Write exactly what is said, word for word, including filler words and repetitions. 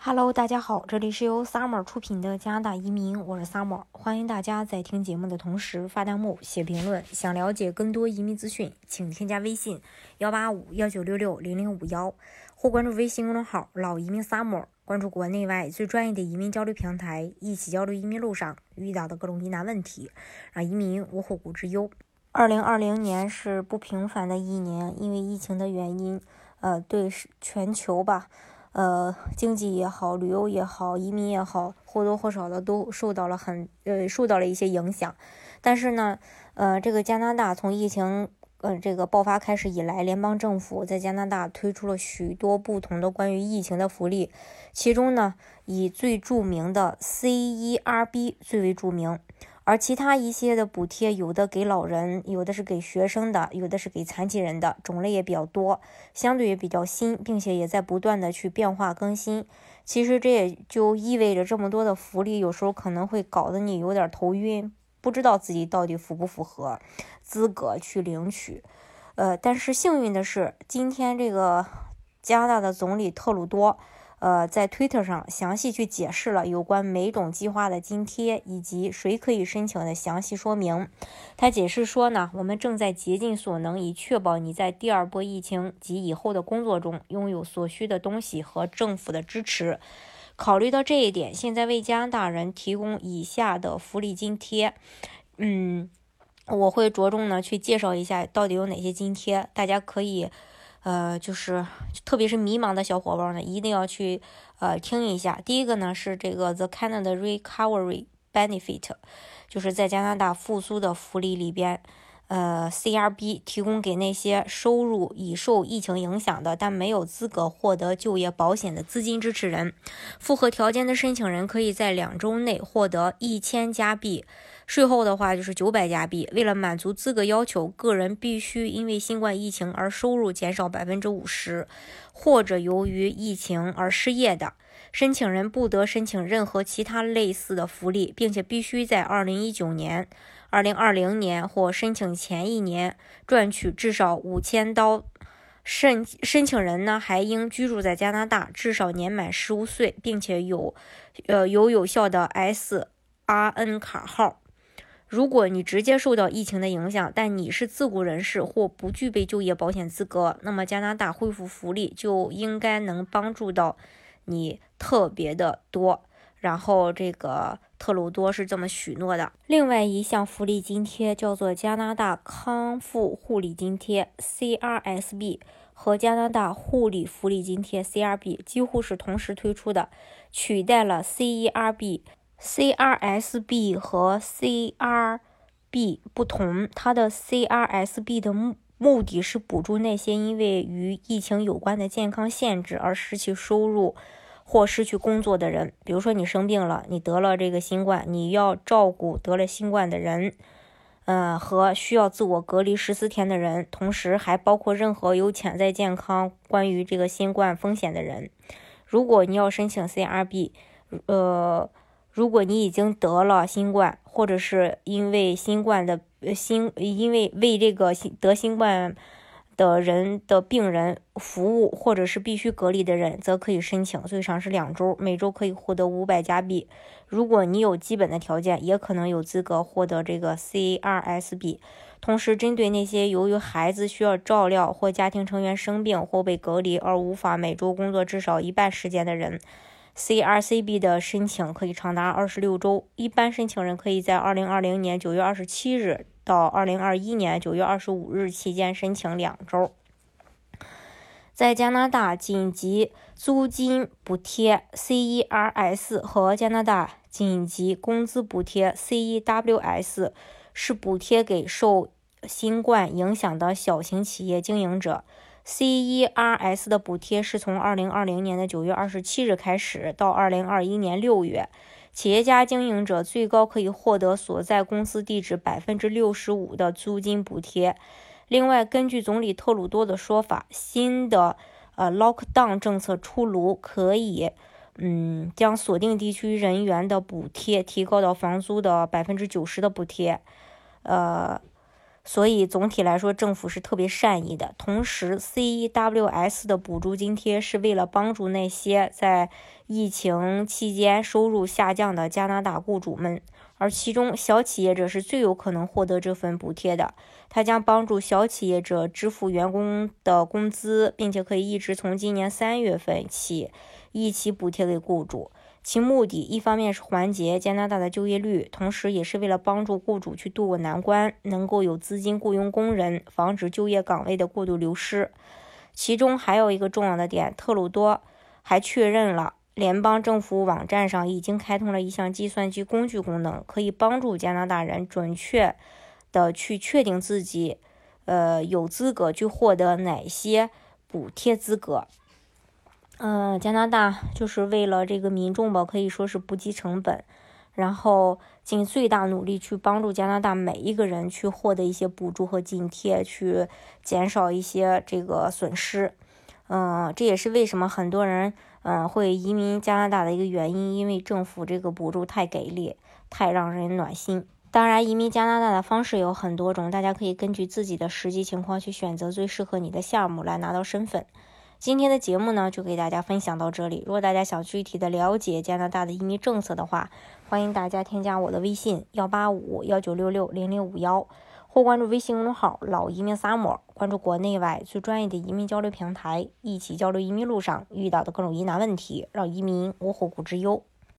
Hello，大家好，这里是由 Summer 出品的加拿大移民，我是 Summer，欢迎大家在听节目的同时发弹幕、写评论。想了解更多移民资讯，请添加微信幺八五幺九六六零零五幺，或关注微信公众号老移民 Summer， 关注国内外最专业的移民交流平台，一起交流移民路上遇到的各种疑难问题，让移民无后顾之忧。二零二零年是不平凡的一年，因为疫情的原因，呃，对全球吧。呃，经济也好，旅游也好，移民也好，或多或少的都受到了很呃受到了一些影响。但是呢，呃，这个加拿大从疫情呃这个爆发开始以来，联邦政府在加拿大推出了许多不同的关于疫情的福利，其中呢，以最著名的 C E R B 最为著名。而其他一些的补贴，有的给老人，有的是给学生的，有的是给残疾人的，种类也比较多，相对也比较新，并且也在不断的去变化更新。其实这也就意味着这么多的福利，有时候可能会搞得你有点头晕，不知道自己到底符不符合资格去领取。呃，但是幸运的是，今天这个加拿大的总理特鲁多。呃，在 Twitter 上详细去解释了有关每种计划的津贴以及谁可以申请的详细说明。他解释说呢，我们正在竭尽所能，以确保你在第二波疫情及以后的工作中拥有所需的东西和政府的支持。考虑到这一点，现在为加拿大人提供以下的福利津贴。嗯，我会着重呢去介绍一下到底有哪些津贴，大家可以。呃，就是特别是迷茫的小伙伴呢，一定要去呃听一下。第一个呢是这个 The Canada Recovery Benefit， 就是在加拿大复苏的福利里边，呃 C R B 提供给那些收入已受疫情影响的，但没有资格获得就业保险的资金支持人。符合条件的申请人可以在两周内获得一千加币。税后的话就是九百加币。为了满足资格要求，个人必须因为新冠疫情而收入减少百分之五十，或者由于疫情而失业的申请人不得申请任何其他类似的福利，并且必须在二零一九年、二零二零年或申请前一年赚取至少五千刀。申申请人呢还应居住在加拿大，至少年满十五岁，并且有呃有有效的 S R N 卡号。如果你直接受到疫情的影响，但你是自雇人士或不具备就业保险资格，那么加拿大恢复福利就应该能帮助到你特别的多。然后这个特鲁多是这么许诺的。另外一项福利津贴叫做加拿大康复护理津贴 C R S B 和加拿大护理福利津贴 C R B 几乎是同时推出的，取代了 C E R B。C R S B 和 C R B 不同，它的 C R S B 的目目的是补助那些因为与疫情有关的健康限制而失去收入或失去工作的人。比如说你生病了，你得了这个新冠，你要照顾得了新冠的人，呃，和需要自我隔离十四天的人，同时还包括任何有潜在健康关于这个新冠风险的人。如果你要申请 C R B， 呃。如果你已经得了新冠，或者是因为新冠的新，因为为这个得新冠的人的病人服务，或者是必须隔离的人，则可以申请，最长是两周，每周可以获得五百加币。如果你有基本的条件，也可能有资格获得这个 C R S B。同时，针对那些由于孩子需要照料或家庭成员生病或被隔离而无法每周工作至少一半时间的人，C R C B 的申请可以长达二十六周，一般申请人可以在二零二零年九月二十七日到二零二一年九月二十五日期间申请两周。在加拿大紧急租金补贴 C E R S 和加拿大紧急工资补贴 C E W S 是补贴给受新冠影响的小型企业经营者。C E R S 的补贴是从二零二零年的九月二十七日开始到二零二一年六月，企业家经营者最高可以获得所在公司地址百分之六十五的租金补贴。另外，根据总理特鲁多的说法，新的呃 lockdown 政策出炉，可以嗯将锁定地区人员的补贴提高到房租的百分之九十的补贴。呃。 所以总体来说政府是特别善意的。同时 C E W S 的补助津贴是为了帮助那些在疫情期间收入下降的加拿大雇主们，而其中小企业者是最有可能获得这份补贴的。它将帮助小企业者支付员工的工资，并且可以一直从今年三月份起一起补贴给雇主。其目的一方面是缓解加拿大的就业率，同时也是为了帮助雇主去渡过难关，能够有资金雇佣工人，防止就业岗位的过度流失。其中还有一个重要的点，特鲁多还确认了联邦政府网站上已经开通了一项计算机工具功能，可以帮助加拿大人准确的去确定自己呃有资格去获得哪些补贴资格。呃，加拿大就是为了这个民众吧，可以说是不计成本，然后尽最大努力去帮助加拿大每一个人去获得一些补助和津贴，去减少一些这个损失。嗯、呃，这也是为什么很多人嗯、呃、会移民加拿大的一个原因，因为政府这个补助太给力，太让人暖心。当然，移民加拿大的方式有很多种，大家可以根据自己的实际情况去选择最适合你的项目来拿到身份。今天的节目呢，就给大家分享到这里。如果大家想具体的了解加拿大的移民政策的话，欢迎大家添加我的微信幺八五幺九六六零零五幺，或关注微信公众号老移民萨摩，关注国内外最专业的移民交流平台，一起交流移民路上遇到的各种疑难问题，让移民无后顾之忧。